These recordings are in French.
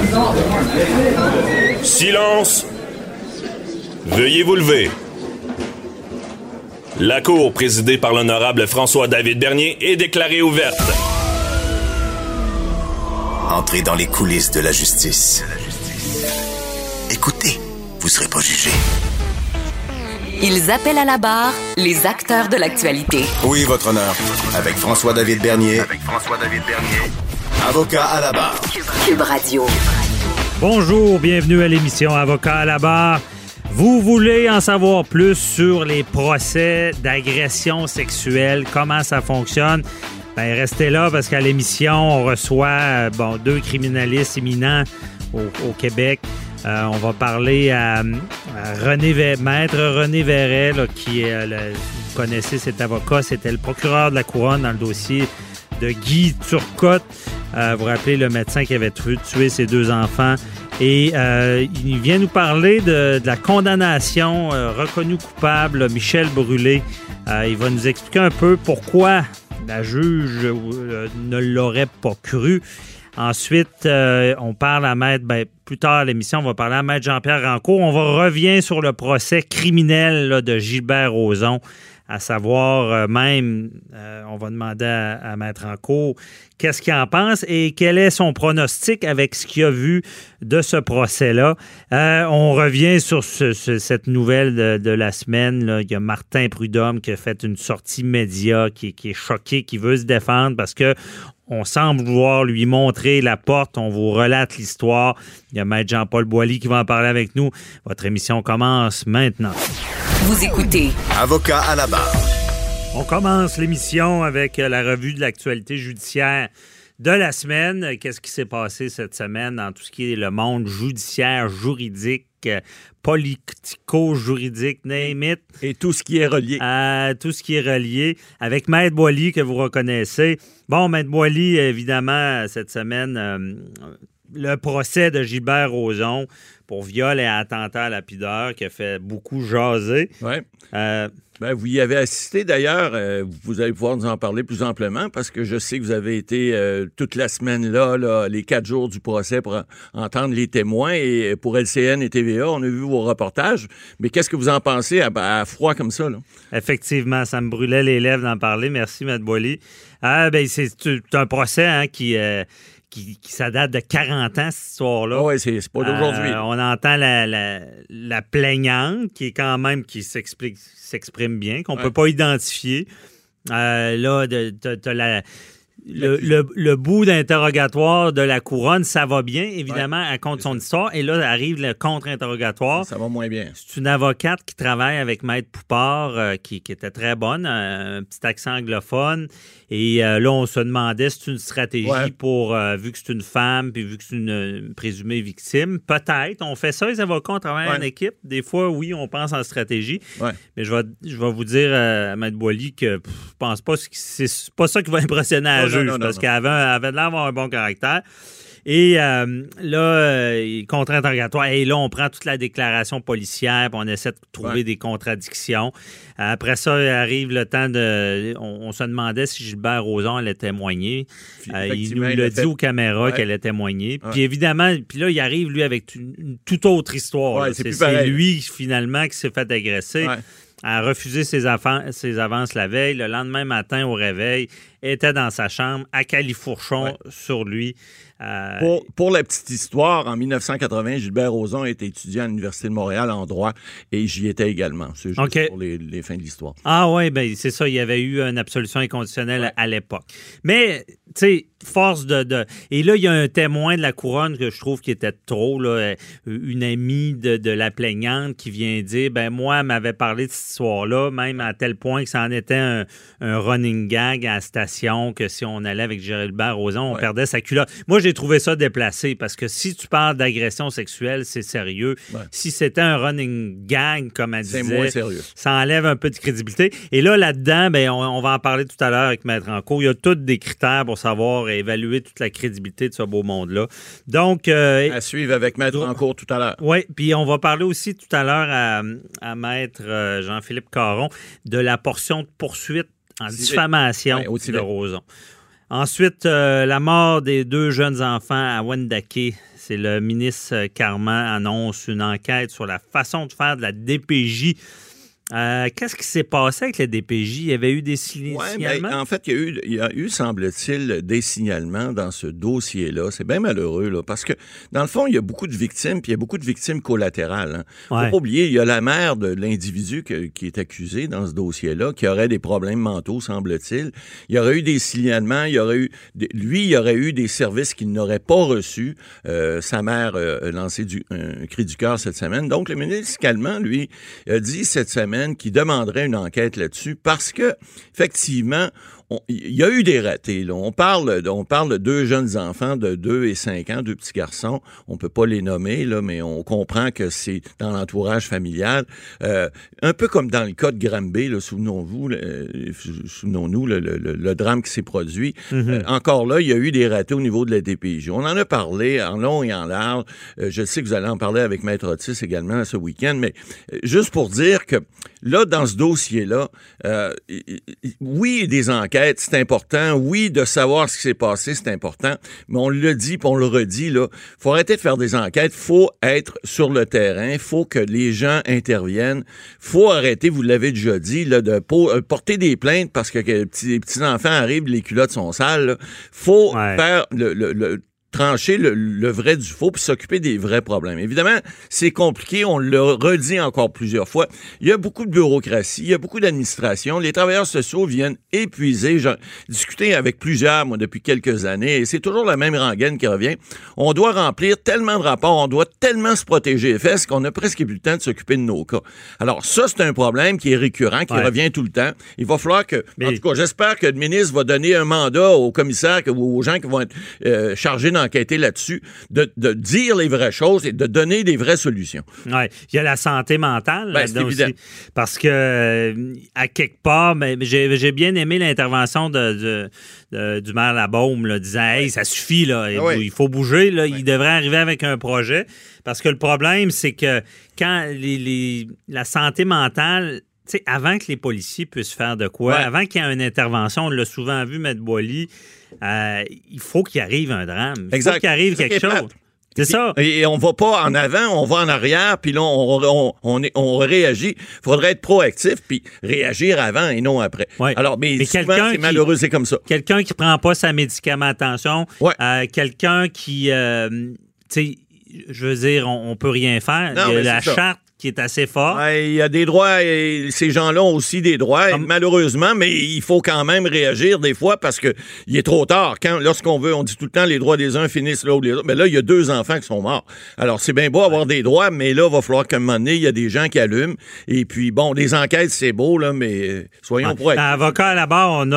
Silence! Veuillez vous lever. La cour, présidée par l'honorable François-David Bernier, est déclarée ouverte. Entrez dans les coulisses de la justice. Écoutez, vous serez pas jugé. Ils appellent à la barre les acteurs de l'actualité. Oui, votre honneur. Avec François-David Bernier. Avocat à la barre. Cube Radio. Bonjour, bienvenue à l'émission Avocat à la barre. Vous voulez en savoir plus sur les procès d'agression sexuelle, comment ça fonctionne? Ben, restez là parce qu'à l'émission, on reçoit deux criminalistes éminents au Québec. On va parler à Maître René Verret, là, qui est, vous connaissez cet avocat, c'était le procureur de la Couronne dans le dossier de Guy Turcotte. Vous vous rappelez le médecin qui avait tué ses deux enfants. Et il vient nous parler de la condamnation reconnue coupable, Michel Brûlé. Il va nous expliquer un peu pourquoi la juge ne l'aurait pas cru. Ensuite, on parle à Maître, plus tard à l'émission, on va parler à Maître Jean-Pierre Rancourt. On va revenir sur le procès criminel là, de Gilbert Rozon, à savoir on va demander à Maître Rancourt qu'est-ce qu'il en pense et quel est son pronostic avec ce qu'il a vu de ce procès-là. On revient sur cette nouvelle de la semaine. Là. Il y a Martin Prudhomme qui a fait une sortie média qui est choqué, qui veut se défendre parce que on semble vouloir lui montrer la porte. On vous relate l'histoire. Il y a Maître Jean-Paul Boily qui va en parler avec nous. Votre émission commence maintenant. Vous écoutez Avocat à la barre. On commence l'émission avec la revue de l'actualité judiciaire de la semaine. Qu'est-ce qui s'est passé cette semaine dans tout ce qui est le monde judiciaire, juridique, politico-juridique, name it. Et tout ce qui est relié. Tout ce qui est relié. Avec Maître Boily, que vous reconnaissez. Bon, Maître Boily, évidemment, cette semaine, le procès de Gilbert Rozon pour viol et attentat à la pudeur qui a fait beaucoup jaser. Oui. Vous y avez assisté d'ailleurs. Vous allez pouvoir nous en parler plus amplement parce que je sais que vous avez été toute la semaine là, les 4 jours du procès pour entendre les témoins. Et pour LCN et TVA, on a vu vos reportages. Mais qu'est-ce que vous en pensez à froid comme ça, là? Effectivement, ça me brûlait les lèvres d'en parler. Merci, M. Boily. C'est un procès qui ça date de 40 ans, cette histoire-là. Oui, c'est pas d'aujourd'hui. On entend la plaignante qui est quand même qui s'exprime bien, qu'on peut pas identifier. Le bout d'interrogatoire de la couronne, ça va bien, évidemment, elle compte son histoire. Et là, arrive le contre-interrogatoire. Ça va moins bien. C'est une avocate qui travaille avec Maître Poupard, qui était très bonne, un petit accent anglophone. Et là, on se demandait si c'est une stratégie pour, vu que c'est une femme, puis vu que c'est une présumée victime, peut-être. On fait ça, les avocats, on travaille en équipe. Des fois, oui, on pense en stratégie. Ouais. Mais je vais vous dire à Maître Boily que je pense pas que c'est pas ça qui va impressionner la juge, parce qu'elle avait l'air d'avoir un bon caractère. Et contre-interrogatoire. Et là, on prend toute la déclaration policière, puis on essaie de trouver des contradictions. Après ça, arrive le temps de... On se demandait si Gilbert Rozon allait témoigner. Il nous l'a dit aux caméras qu'elle allait témoigner. Puis évidemment, puis là, il arrive, lui, avec une toute autre histoire. C'est lui, finalement, qui s'est fait agresser. Ouais. A refusé ses avances la veille. Le lendemain matin, au réveil, était dans sa chambre, à califourchon sur lui. Pour la petite histoire, en 1980, Gilbert Rozon était étudiant à l'Université de Montréal en droit et j'y étais également. C'est juste pour les fins de l'histoire. Ah oui, c'est ça. Il y avait eu une absolution inconditionnelle à l'époque. Mais, tu sais, force de... Et là, il y a un témoin de la couronne que je trouve qui était trop, là, une amie de la plaignante qui vient dire, moi, elle m'avait parlé de cette histoire-là, même à tel point que ça en était un running gag à la station, que si on allait avec Gilbert Rozon, on perdait sa culotte. Moi, j'ai trouvé ça déplacé, parce que si tu parles d'agression sexuelle, c'est sérieux. Ouais. Si c'était un running gag, comme elle disait, moins sérieux. Ça enlève un peu de crédibilité. Et là, là-dedans, on va en parler tout à l'heure avec Maître Rancourt. Il y a tous des critères pour savoir et évaluer toute la crédibilité de ce beau monde-là. Donc... à suivre avec Maître Rancourt tout à l'heure. Oui, puis on va parler aussi tout à l'heure à Maître Jean-Philippe Caron de la portion de poursuite en diffamation de Rozon. Ensuite, la mort des 2 jeunes enfants à Wendake. C'est le ministre Carman annonce une enquête sur la façon de faire de la DPJ. Qu'est-ce qui s'est passé avec la DPJ? Il y avait eu des signalements? En fait, il y a eu, semble-t-il, des signalements dans ce dossier-là. C'est bien malheureux, là, parce que, dans le fond, il y a beaucoup de victimes, puis il y a beaucoup de victimes collatérales. Faut pas oublier, il y a la mère de l'individu qui est accusé dans ce dossier-là, qui aurait des problèmes mentaux, semble-t-il. Il y aurait eu des signalements, il y aurait eu des services qu'il n'aurait pas reçus. Sa mère a lancé un cri du cœur cette semaine. Donc, le ministre Calment, lui, a dit cette semaine qui demanderait une enquête là-dessus parce que, effectivement, il y a eu des ratés. Là. On parle de 2 jeunes enfants de 2 et 5 ans, 2 petits garçons. On peut pas les nommer, là, mais on comprend que c'est dans l'entourage familial. Un peu comme dans le cas de Granby, là, souvenons-nous le drame qui s'est produit. Encore là, il y a eu des ratés au niveau de la DPJ. On en a parlé en long et en large. Je sais que vous allez en parler avec Maître Otis également ce week-end, mais juste pour dire que là, dans ce dossier-là, oui, des enquêtes, c'est important. Oui, de savoir ce qui s'est passé, c'est important. Mais on le dit, puis on le redit, là, faut arrêter de faire des enquêtes. Faut être sur le terrain. Faut que les gens interviennent. Faut arrêter, vous l'avez déjà dit, là, de porter des plaintes parce que les petits enfants arrivent, les culottes sont sales. Là. Faut faire trancher le vrai du faux puis s'occuper des vrais problèmes. Évidemment, c'est compliqué, on le redit encore plusieurs fois. Il y a beaucoup de bureaucratie, il y a beaucoup d'administration. Les travailleurs sociaux viennent épuisés. J'ai discuté avec plusieurs, moi, depuis quelques années, et c'est toujours la même rengaine qui revient. On doit remplir tellement de rapports, on doit tellement se protéger les fesses qu'on a presque plus le temps de s'occuper de nos cas. Alors ça, c'est un problème qui est récurrent, qui revient tout le temps. Il va falloir que, en tout cas, j'espère que le ministre va donner un mandat aux commissaires ou aux gens qui vont être chargés d'enquêter là-dessus, de dire les vraies choses et de donner des vraies solutions. Oui, il y a la santé mentale là-dedans c'est évident. aussi. Parce que, à quelque part, j'ai bien aimé l'intervention du maire Labaume, là, disant « Hey, ça suffit, là, il faut bouger, là, il devrait arriver avec un projet. » Parce que le problème, c'est que quand la santé mentale... Tu sais, avant que les policiers puissent faire de quoi, avant qu'il y ait une intervention, on l'a souvent vu, M. Boily, il faut qu'il arrive un drame. Il faut qu'il arrive quelque chose. C'est ça. Et on va pas en avant, on va en arrière, puis là, on réagit. Il faudrait être proactif, puis réagir avant et non après. Ouais. Alors, mais souvent, c'est malheureux, c'est comme ça. Quelqu'un qui prend pas sa médicamentation, quelqu'un qui... tu sais, je veux dire, on peut rien faire. Non, il y a la ça. charte qui est assez fort. Il y a des droits, et ces gens-là ont aussi des droits, malheureusement, mais il faut quand même réagir des fois parce que il est trop tard. Lorsqu'on veut, on dit tout le temps les droits des uns finissent là où les autres. Mais là, il y a 2 enfants qui sont morts. Alors, c'est bien beau avoir des droits, mais là, il va falloir qu'à un moment donné, il y a des gens qui allument. Et puis, bon, les enquêtes, c'est beau, là, mais soyons proactifs. Avocat à la barre, on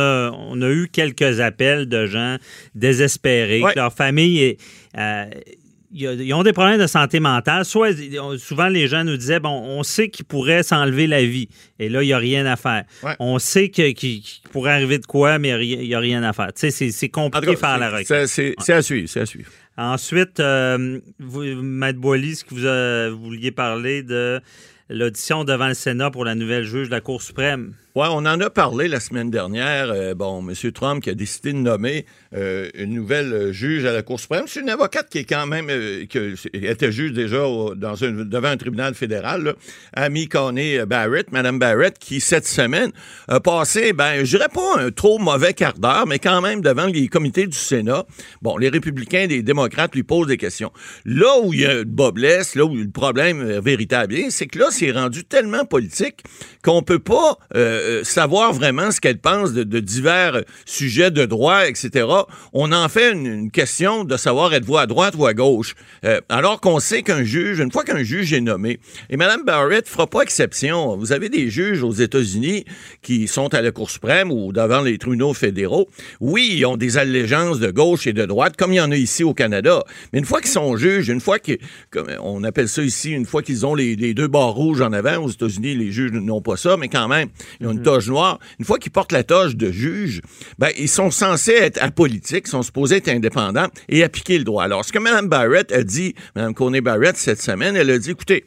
a eu quelques appels de gens désespérés, que leur famille est... ils ont des problèmes de santé mentale. Souvent, les gens nous disaient, bon, on sait qu'ils pourraient s'enlever la vie. Et là, il n'y a rien à faire. Ouais. On sait qu'il pourrait arriver de quoi, mais il n'y a rien à faire. Tu sais, c'est compliqué de faire la requête. C'est à suivre, c'est à suivre. Ensuite, vous, Maître Boily, ce que vous vouliez parler de l'audition devant le Sénat pour la nouvelle juge de la Cour suprême. Oui, on en a parlé la semaine dernière. M. Trump qui a décidé de nommer une nouvelle juge à la Cour suprême. C'est une avocate qui est quand même, qui était juge déjà devant un tribunal fédéral, là, Amy Coney Barrett, Mme Barrett, qui cette semaine a passé, je dirais pas un trop mauvais quart d'heure, mais quand même devant les comités du Sénat. Bon, les républicains et les démocrates lui posent des questions. Là où il y a le bas blesse, là où le problème véritable, c'est que là, c'est rendu tellement politique qu'on peut pas savoir vraiment ce qu'elle pense de divers sujets de droit, etc. On en fait une question de savoir êtes-vous à droite ou à gauche. Alors qu'on sait qu'un juge, une fois qu'un juge est nommé, et Mme Barrett fera pas exception. Vous avez des juges aux États-Unis qui sont à la Cour suprême ou devant les tribunaux fédéraux. Oui, ils ont des allégeances de gauche et de droite, comme il y en a ici au Canada. Mais une fois qu'ils sont juges, une fois on appelle ça ici, une fois qu'ils ont les 2 barres rouges en avant, aux États-Unis, les juges n'ont pas ça, mais quand même, ils ont une toge noire. Une fois qu'ils portent la toge de juge, ils sont censés être apolitiques, sont supposés être indépendants et appliquer le droit. Alors, ce que Mme Barrett a dit, Mme Coney Barrett, cette semaine, elle a dit, écoutez,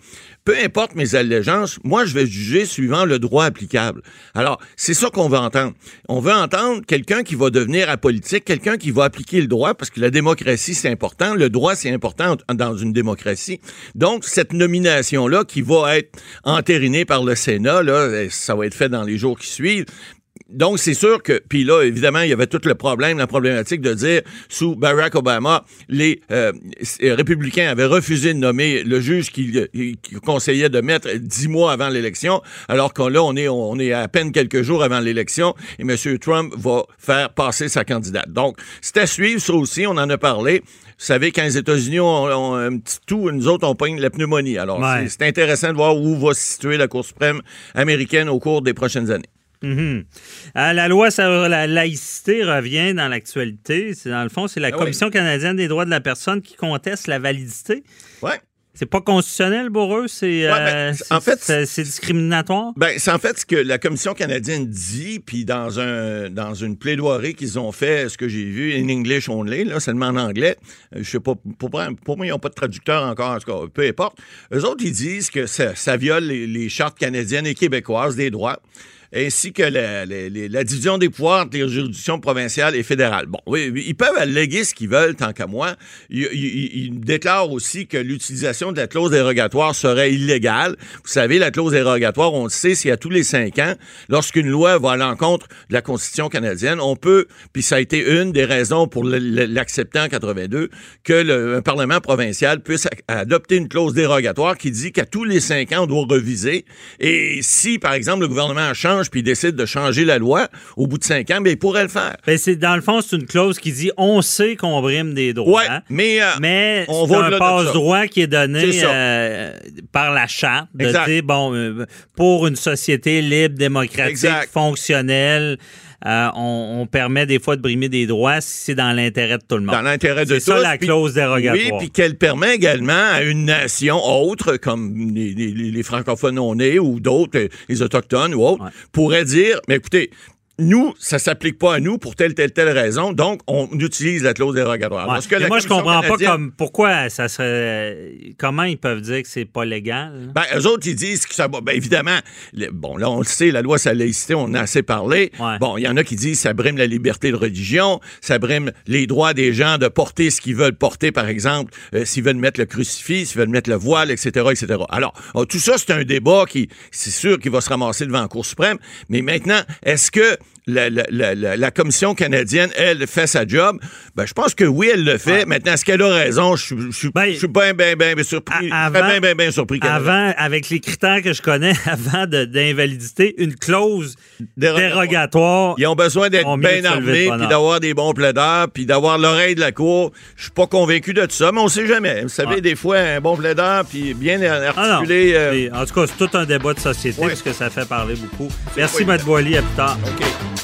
peu importe mes allégeances, moi, je vais juger suivant le droit applicable. Alors, c'est ça qu'on veut entendre. On veut entendre quelqu'un qui va devenir apolitique, quelqu'un qui va appliquer le droit, parce que la démocratie, c'est important. Le droit, c'est important dans une démocratie. Donc, cette nomination-là, qui va être entérinée par le Sénat, là, ça va être fait dans les jours qui suivent. Donc, c'est sûr que, puis là, évidemment, il y avait tout le problème, la problématique de dire, sous Barack Obama, les républicains avaient refusé de nommer le juge qui conseillait de mettre 10 mois avant l'élection, alors qu'on là, on est à peine quelques jours avant l'élection, et M. Trump va faire passer sa candidate. Donc, c'est à suivre, ça aussi, on en a parlé. Vous savez, quand les États-Unis ont un petit tout, nous autres, on pogne la pneumonie. Alors, c'est intéressant de voir où va se situer la Cour suprême américaine au cours des prochaines années. Mm-hmm. La loi sur la laïcité revient dans l'actualité. Dans le fond, c'est la Commission canadienne des droits de la personne qui conteste la validité. Oui. C'est pas constitutionnel pour eux, en fait, c'est discriminatoire? C'est en fait ce que la Commission canadienne dit, puis dans une plaidoirie qu'ils ont fait, ce que j'ai vu, in English only, là, seulement en anglais, je sais pas, pour moi, ils n'ont pas de traducteur encore, en tout cas, peu importe. Eux autres, ils disent que ça viole les chartes canadiennes et québécoises des droits, ainsi que la division des pouvoirs des juridictions provinciales et fédérales. Bon, oui, ils peuvent alléguer ce qu'ils veulent, tant qu'à moi. Ils déclarent aussi que l'utilisation de la clause dérogatoire serait illégale. Vous savez, la clause dérogatoire, on le sait, c'est à tous les 5 ans. Lorsqu'une loi va à l'encontre de la Constitution canadienne, on peut, puis ça a été une des raisons pour l'accepter en 82, que un Parlement provincial puisse adopter une clause dérogatoire qui dit qu'à tous les 5 ans, on doit reviser. Et si, par exemple, le gouvernement change puis il décide de changer la loi au bout de 5 ans, bien, il pourrait le faire. Dans le fond, c'est une clause qui dit on sait qu'on brime des droits, mais on c'est un passe-droit qui est donné par la Charte de dire, pour une société libre, démocratique, fonctionnelle, on permet des fois de brimer des droits si c'est dans l'intérêt de tout le monde. Dans l'intérêt de tous. C'est ça la clause dérogatoire. Oui, puis qu'elle permet également à une nation autre, comme les francophones non nés ou d'autres, les autochtones ou autres, pourrait dire, mais écoutez, nous, ça s'applique pas à nous pour telle raison, donc on utilise la clause dérogatoire. Parce que moi, je comprends pas pourquoi ça serait... Comment ils peuvent dire que c'est pas légal? Eux autres, ils disent que ça va... évidemment, là, on le sait, la loi sur la laïcité, on en a assez parlé. Ouais. Bon, il y en a qui disent que ça brime la liberté de religion, ça brime les droits des gens de porter ce qu'ils veulent porter, par exemple, s'ils veulent mettre le crucifix, s'ils veulent mettre le voile, etc., etc. Alors, tout ça, c'est un débat qui, c'est sûr qu'il va se ramasser devant la Cour suprême, mais maintenant, est-ce que la Commission canadienne, elle, fait sa job? Je pense que oui, elle le fait. Maintenant, est-ce qu'elle a raison? Je suis bien surpris. Bien surpris. Avant, avec les critères que je connais, avant d'invalidité, une clause dérogatoire. Ils ont besoin d'être bien armés, puis d'avoir des bons plaideurs, puis d'avoir l'oreille de la Cour. Je suis pas convaincu de tout ça, mais on sait jamais. Vous savez, des fois, un bon plaideur, puis bien articulé. En tout cas, c'est tout un débat de société, parce que ça fait parler beaucoup. Merci, M. Boily. À plus tard. OK.